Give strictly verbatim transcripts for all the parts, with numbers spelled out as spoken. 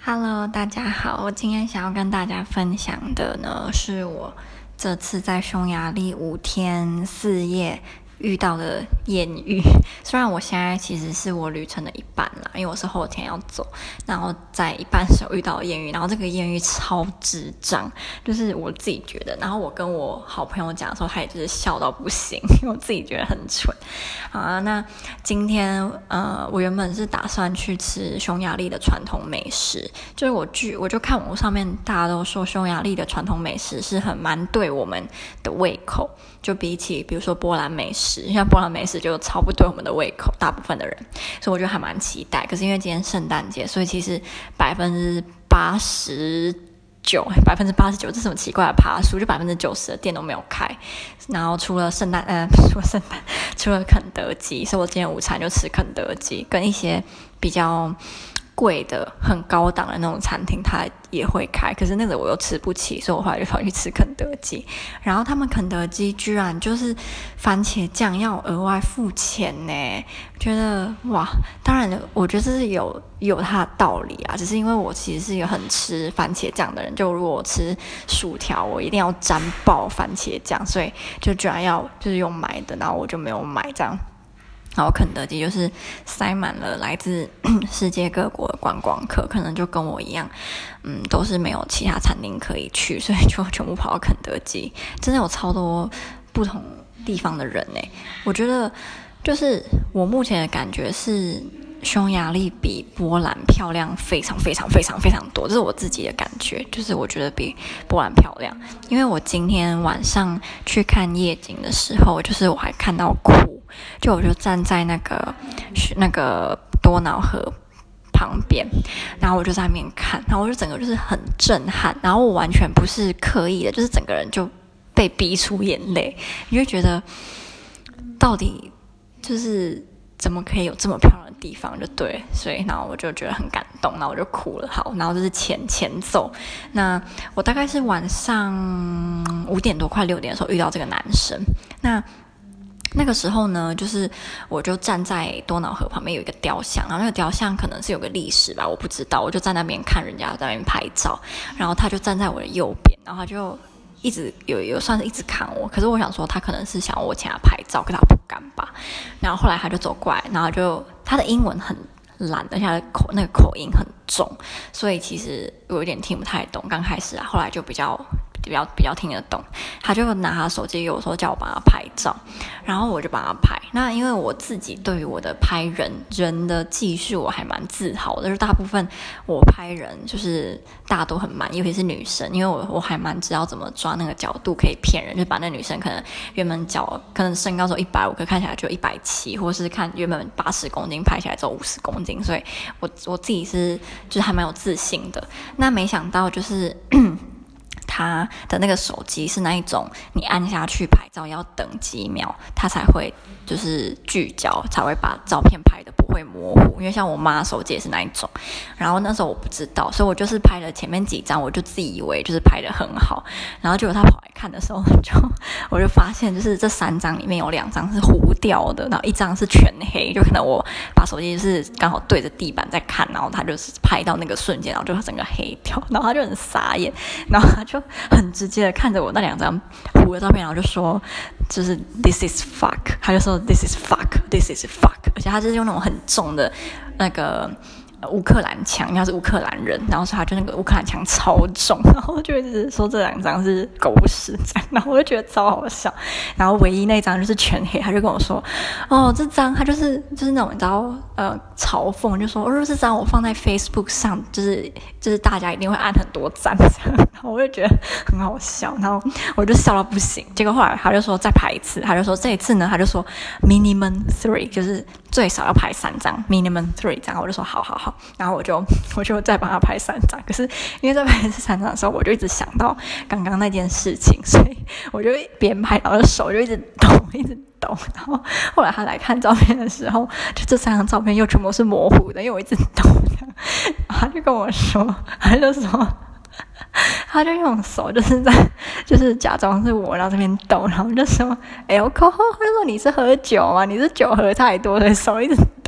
Hello，大家好，我今天想要跟大家分享的呢，是我这次在匈牙利五天四夜遇到的艳遇。虽然我现在其实是我旅程的一半啦，因为我是后天要走，然后在一半时候遇到艳遇，然后这个艳遇超智障，就是我自己觉得，然后我跟我好朋友讲的时候，他也就是笑到不行，因为我自己觉得很蠢。好啊，那今天呃，我原本是打算去吃匈牙利的传统美食，就是我剧我就看网络上面大家都说匈牙利的传统美食是很蛮对我们的胃口，就比起比如说波兰美食，像波兰美食就超不对我们的胃口，大部分的人，所以我觉得还蛮期待。可是因为今天圣诞节，所以其实百分之八十九，百分之八十九，这是什么奇怪的爬数？就百分之九十的店都没有开。然后除了圣诞，呃，除了圣诞，除了肯德基，所以我今天午餐就吃肯德基，跟一些比较贵的、很高档的那种餐厅，它也会开，可是那个我又吃不起，所以我后来就跑去吃肯德基。然后他们肯德基居然就是番茄酱要额外付钱呢，觉得哇，当然我觉得这是有有它的道理啊，只是因为我其实是一个很吃番茄酱的人，就如果我吃薯条，我一定要沾爆番茄酱，所以就居然要就是用买的，然后我就没有买这样。然后肯德基就是塞满了来自世界各国的观光客，可能就跟我一样，嗯，都是没有其他餐厅可以去，所以就全部跑到肯德基。真的有超多不同地方的人耶，我觉得就是我目前的感觉是匈牙利比波兰漂亮非常非常非常非常多，这是我自己的感觉，就是我觉得比波兰漂亮。因为我今天晚上去看夜景的时候，就是我还看到哭，就我就站在那个那个多瑙河旁边，然后我就在那边看，然后我就整个就是很震撼，然后我完全不是刻意的，就是整个人就被逼出眼泪，你就觉得到底就是怎么可以有这么漂亮的地方就对，所以然后我就觉得很感动，然后我就哭了。好，然后就是前前奏，那我大概是晚上五点多快六点的时候遇到这个男生，那那个时候呢，就是我就站在多瑙河旁边有一个雕像，然后那个雕像可能是有个历史吧，我不知道，我就在那边看人家在那边拍照，然后他就站在我的右边，然后他就一直有有算是一直看我，可是我想说他可能是想要我请他拍照，可他不敢吧。然后后来他就走过来，然后就他的英文很烂，而且他的口那个口音很重，所以其实我有点听不太懂。刚开始啊，后来就比较比较比较听得懂。他就拿他的手机，有时候叫我帮他拍照，然后我就帮他拍。那因为我自己对于我的拍人人的技术我还蛮自豪的，就是大部分我拍人就是大家都很慢，尤其是女生，因为我我还蛮知道怎么抓那个角度可以骗人，就把那女生可能原本脚可能身高只有一百五，可看起来就一百七，或是看原本八十公斤拍起来只有五十公斤，所以我我自己是就是还蛮有自信的。那没想到就是他的那个手机是那一种，你按下去拍照要等几秒，它才会就是聚焦，才会把照片拍的不会模糊。因为像我妈手机也是那一种，然后那时候我不知道，所以我就是拍了前面几张，我就自以为就是拍的很好，然后结果他跑来看的时候，就我就发现就是这三张里面有两张是糊掉的，然后一张是全黑，就可能我把手机就是刚好对着地板在看，然后他就是拍到那个瞬间，然后就整个黑掉，然后他就很傻眼，然后他就很直接的看着我那两张糊的照片，然后就说就是 this is fuck， 他就说 this is fuck this is fuck， 而且他就是用那种很重的那个乌克兰腔，他是乌克兰人，然后所以他就那个乌克兰腔超重，然后就一直说这两张是狗屎这样，然后我就觉得超好笑。然后唯一那张就是全黑，他就跟我说，哦，这张他就是就是那种你知道呃嘲讽，就说哦这张我放在 Facebook 上，就是就是大家一定会按很多赞这样，然后我就觉得很好笑，然后我就笑到不行。结果后来他就说再拍一次，他就说这一次呢，他就说 minimum three， 就是最少要拍三张 minimum three 这样，我就说好好好。然后我就我就再帮他拍三张，可是因为在拍这三张的时候，我就一直想到刚刚那件事情，所以我就边拍，然后手就一直抖，一直抖。然后后来他来看照片的时候，就这三张照片又全部是模糊的，因为我一直抖。然后他就跟我说，他就说。他就用手就是在就是假装是我，然后这边抖，然后就说 alcohol， 他就说你是喝酒吗？你是酒喝太多的手一直抖。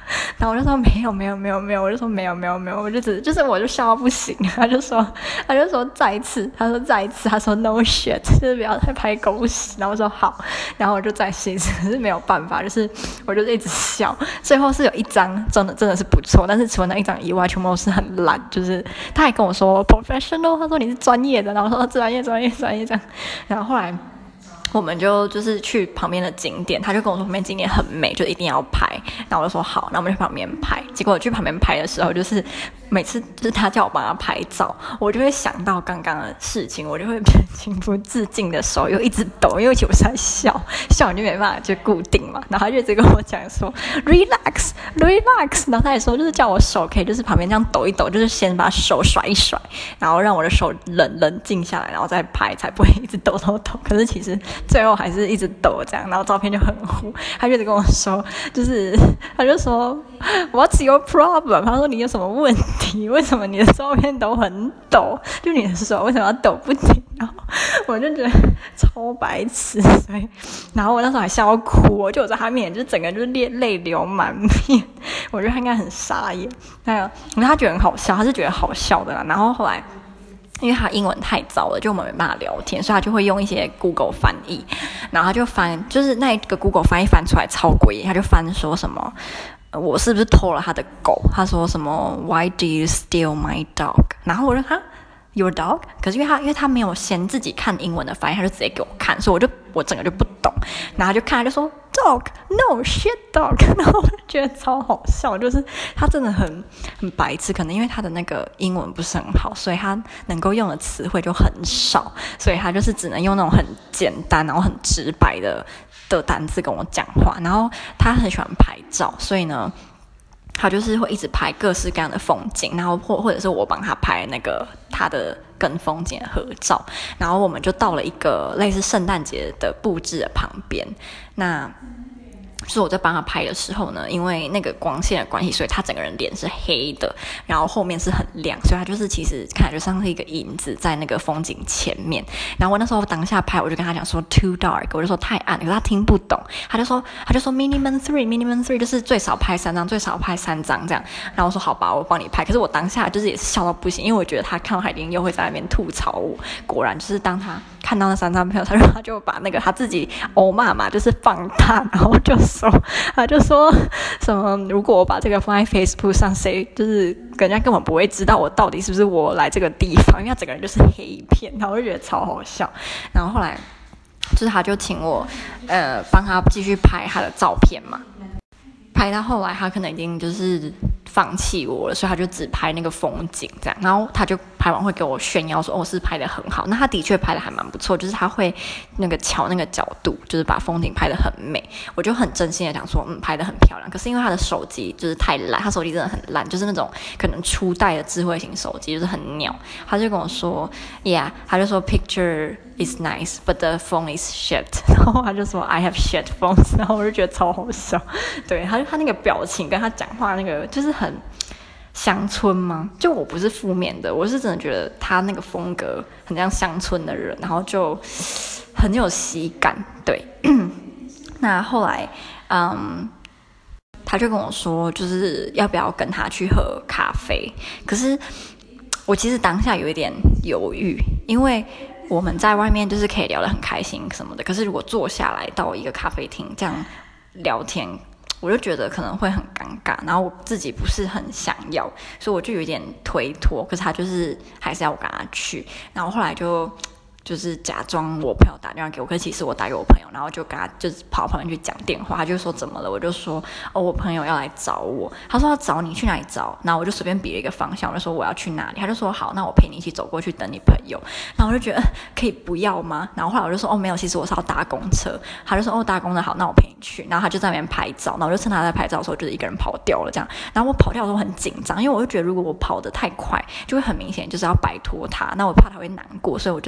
然后我就说没有没有没有没有，我就说没有没有没有，我就只就是我就笑到不行，他就说他就说再一次，他说再一次，他说 no shit， 就是不要再拍狗屎，然后我说好，然后我就再试一次，可是没有办法，就是我就是一直笑，最后是有一张真的真的是不错，但是除了那一张以外，全部都是很烂，就是他还跟我说 professional， 他说你是专业的，然后我说专业专业专业这样，然后后来。我们就就是去旁边的景点，他就跟我说旁边景点很美，就一定要拍。然后我就说好，那我们去旁边拍。结果我去旁边拍的时候，就是每次就是他叫我帮他拍照，我就会想到刚刚的事情，我就会情不自禁的手又一直抖，因为其实我是在笑，笑你就没办法就固定嘛。然后他就一直跟我讲说 relax relax， 然后他也说就是叫我手可以就是旁边这样抖一抖，就是先把手甩一甩，然后让我的手冷冷静下来，然后再拍，才不会一直抖抖抖。可是其实最后还是一直抖这样，然后照片就很糊。他就一直跟我说，就是他就说 What's your problem？ 他说你有什么问题？为什么你的照片都很抖？就你的手为什么要抖不停？然后我就觉得超白痴，所以然后我那时候还笑到哭，就我在他面前就整个就是泪泪流满面。我觉得他应该很傻眼，那个他觉得很好笑，他是觉得好笑的啦。然后后来。因为他英文太糟了，就我们没办法聊天，所以他就会用一些 Google 翻译，然后他就翻，就是那个 Google 翻译翻出来超诡异，他就翻说什么，呃、我是不是偷了他的狗？他说什么 Why do you steal my dog？ 然后我就哈 Your dog？ 可是因为他因为他没有先自己看英文的翻译，他就直接给我看，所以我就我整个就不懂，然后他就看他就说 Dog no shit dog， 然后我就觉得超好笑，就是他真的很很白痴，可能因为他的那个英文不是很好，所以他能够用的词汇就很少，所以他就是只能用那种很简单然后很直白的的单字跟我讲话。然后他很喜欢拍照，所以呢他就是会一直拍各式各样的风景，然后或或者是我帮他拍那个他的跟风景的合照，然后我们就到了一个类似圣诞节的布置的旁边，那就是我在帮他拍的时候呢，因为那个光线的关系，所以他整个人脸是黑的，然后后面是很亮，所以他就是其实看起来就像是一个影子在那个风景前面。然后我那时候当下拍，我就跟他讲说 too dark， 我就说太暗，可是他听不懂，他就说他就说 minimum three minimum three 就是最少拍三张，最少拍三张这样。然后我说好吧，我帮你拍。可是我当下就是也是笑到不行，因为我觉得他看到海丁又会在那边吐槽我。果然就是当他看到那三张票，他就他就把那个他自己欧骂嘛，就是放大，然后就说他就说什么如果我把这个放在 Facebook 上，谁就是人家根本不会知道我到底是不是我来这个地方，因为他整个人就是黑一片，然后我就觉得超好笑。然后后来就是他就请我呃帮他继续拍他的照片嘛，拍到后来他可能已经就是放弃我了，所以他就只拍那个风景这样，然后他就拍完会给我炫耀说哦是拍得很好，那他的确拍得还蛮不错，就是他会那个调那个角度，就是把风景拍得很美，我就很真心的讲说嗯拍得很漂亮。可是因为他的手机就是太烂，他手机真的很烂，就是那种可能初代的智慧型手机就是很鸟，他就跟我说 yeah， 他就说 picture is nice but the phone is shit， 然后他就说 I have shit phones， 然后我就觉得超好笑，对，他他那个表情跟他讲话那个就是很乡村吗？就我不是负面的，我是真的觉得他那个风格很像乡村的人，然后就很有喜感。对，那后来，嗯，他就跟我说，就是要不要跟他去喝咖啡。可是我其实当下有一点犹豫，因为我们在外面就是可以聊得很开心什么的，可是如果坐下来到一个咖啡厅这样聊天，我就觉得可能会很尴尬，然后我自己不是很想要，所以我就有点推脱。可是他就是还是要我跟他去，然后后来就就是假装我朋友打电话给我，可是其实我打给我朋友，然后就跟他就是跑旁边去讲电话，他就说怎么了，我就说哦我朋友要来找我，他说要找你去哪里找，然后我就随便比了一个方向，我就说我要去哪里，他就说好，那我陪你一起走过去等你朋友，然后我就觉得可以不要吗？然后后来我就说哦没有，其实我是要搭公车，他就说哦搭公车好，那我陪你去，然后他就在那边拍照，然后我就趁他在拍照的时候就是一个人跑掉了这样，然后我跑掉的时候很紧张，因为我就觉得如果我跑得太快就会很明显就是要摆脱他，那我怕他会难过，所以我就是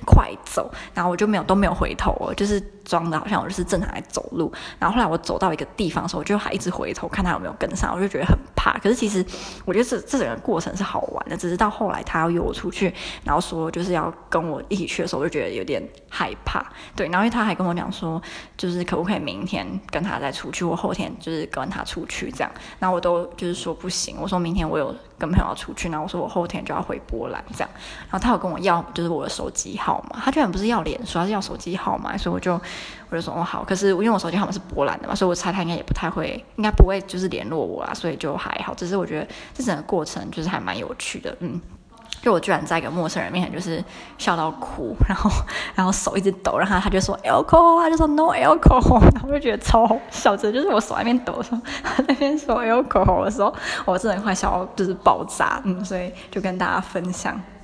快走，然后我就没有都没有回头哦，就是装的好像我就是正常在走路。然后后来我走到一个地方的时候，我就还一直回头看他有没有跟上，我就觉得很怕。可是其实我觉得这这整个过程是好玩的，只是到后来他要约我出去，然后说就是要跟我一起去的时候，我就觉得有点害怕。对，然后因为他还跟我讲说，就是可不可以明天跟他再出去，我后天就是跟他出去这样。然后我都就是说不行，我说明天我有跟朋友要出去，然后我说我后天就要回波兰这样。然后他有跟我要就是我的手机号码，他居然不是要脸书，他是要手机号码，所以我就我就说哦好，可是因为我手机号码是波兰的嘛，所以我猜他应该也不太会，应该不会就是联络我啦，所以就还好。只是我觉得这整个过程就是还蛮有趣的，嗯。就我居然在一个陌生人面前就是笑到哭，然后然后手一直抖，然后他就说 alcohol， 他就说 no alcohol， 然后我就觉得超好笑，这就是我手在那边抖的时候，他那边说 alcohol 的时候，我真的快笑到就是爆炸，嗯，所以就跟大家分享。